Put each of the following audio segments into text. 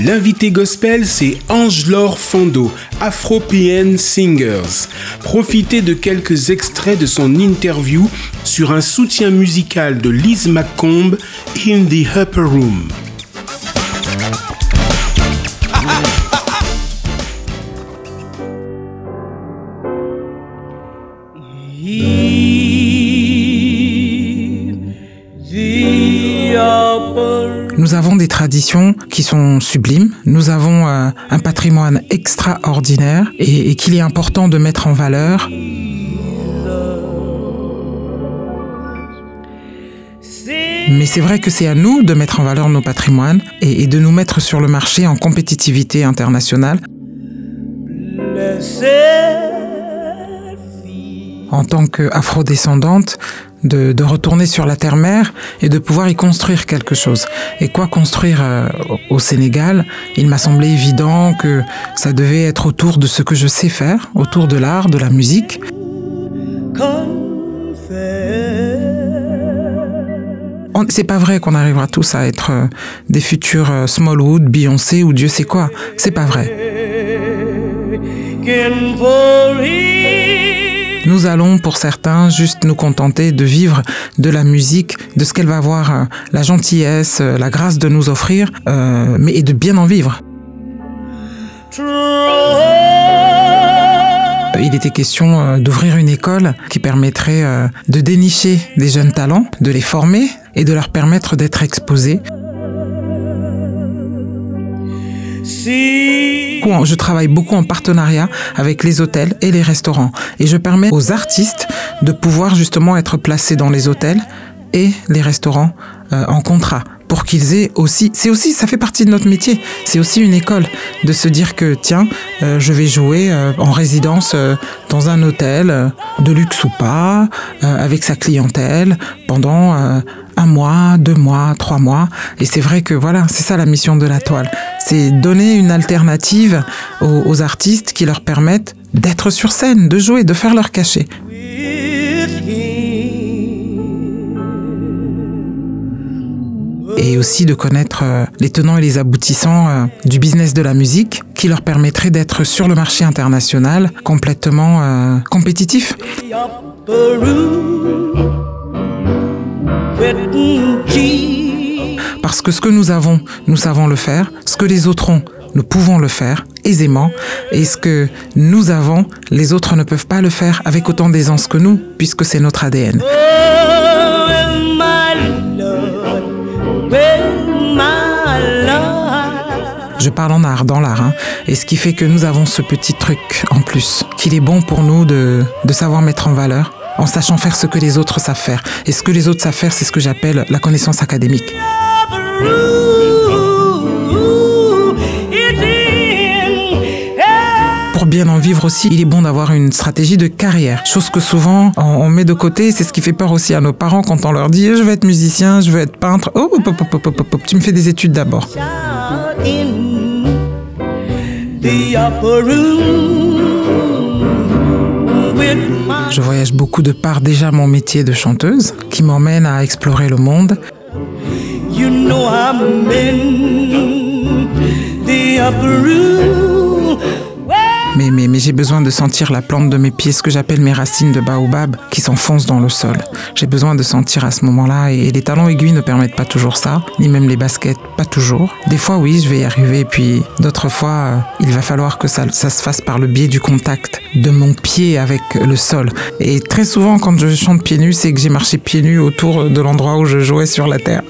L'invité gospel, c'est Ange-Laure Fando, Afro-PN Singers. Profitez de quelques extraits de son interview sur un soutien musical de Liz McComb, In the Upper Room. Nous avons des traditions qui sont sublimes, nous avons un patrimoine extraordinaire et qu'il est important de mettre en valeur. Mais c'est vrai que c'est à nous de mettre en valeur nos patrimoines et de nous mettre sur le marché en compétitivité internationale. En tant qu'afrodescendante, de retourner sur la terre-mère et de pouvoir y construire quelque chose. Et quoi construire au Sénégal? Il m'a semblé évident que ça devait être autour de ce que je sais faire, autour de l'art, de la musique. C'est pas vrai qu'on arrivera tous à être des futurs Smallwood, Beyoncé ou Dieu sait quoi. C'est pas vrai. Nous allons, pour certains, juste nous contenter de vivre de la musique, de ce qu'elle va avoir la gentillesse, la grâce de nous offrir, mais et de bien en vivre. Il était question d'ouvrir une école qui permettrait de dénicher des jeunes talents, de les former et de leur permettre d'être exposés. Je travaille beaucoup en partenariat avec les hôtels et les restaurants et je permets aux artistes de pouvoir justement être placés dans les hôtels et les restaurants en contrat pour qu'ils aient aussi, ça fait partie de notre métier, c'est aussi une école de se dire que tiens, je vais jouer en résidence dans un hôtel de luxe ou pas, avec sa clientèle pendant 1 mois, 2 mois, 3 mois. Et c'est vrai que voilà, c'est ça la mission de la toile. C'est donner une alternative aux artistes qui leur permettent d'être sur scène, de jouer, de faire leur cachet. Et aussi de connaître les tenants et les aboutissants du business de la musique qui leur permettrait d'être sur le marché international complètement compétitif. Parce que ce que nous avons, nous savons le faire. Ce que les autres ont, nous pouvons le faire aisément. Et ce que nous avons, les autres ne peuvent pas le faire avec autant d'aisance que nous, puisque c'est notre ADN. Je parle en art, dans l'art, et ce qui fait que nous avons ce petit truc en plus, qu'il est bon pour nous de savoir mettre en valeur, en sachant faire ce que les autres savent faire. Et ce que les autres savent faire, c'est ce que j'appelle la connaissance académique. Pour bien en vivre aussi, il est bon d'avoir une stratégie de carrière. Chose que souvent, on met de côté. C'est ce qui fait peur aussi à nos parents quand on leur dit « Je veux être musicien, je veux être peintre. » Oh, tu me fais des études d'abord. Je voyage beaucoup de par déjà mon métier de chanteuse, qui m'emmène à explorer le monde. You know I'm in the upper room. Mais j'ai besoin de sentir la plante de mes pieds, ce que j'appelle mes racines de baobab qui s'enfoncent dans le sol. J'ai besoin de sentir à ce moment-là et les talons aiguilles ne permettent pas toujours ça, ni même les baskets, pas toujours. Des fois oui, je vais y arriver, puis d'autres fois, il va falloir que ça se fasse par le biais du contact de mon pied avec le sol. Et très souvent, quand je chante pieds nus, c'est que j'ai marché pieds nus autour de l'endroit où je jouais sur la terre.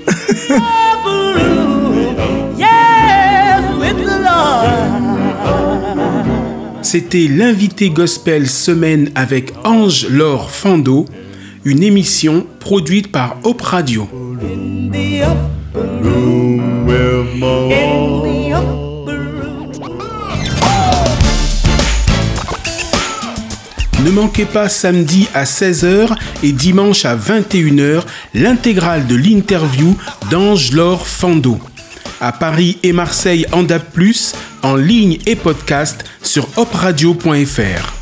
C'était l'invité gospel semaine avec Ange-Laure Fando, une émission produite par Hop Radio. Ne manquez pas samedi à 16h et dimanche à 21h l'intégrale de l'interview d'Ange-Laure Fando. À Paris et Marseille en DAB+, en ligne et podcast sur hopradio.fr.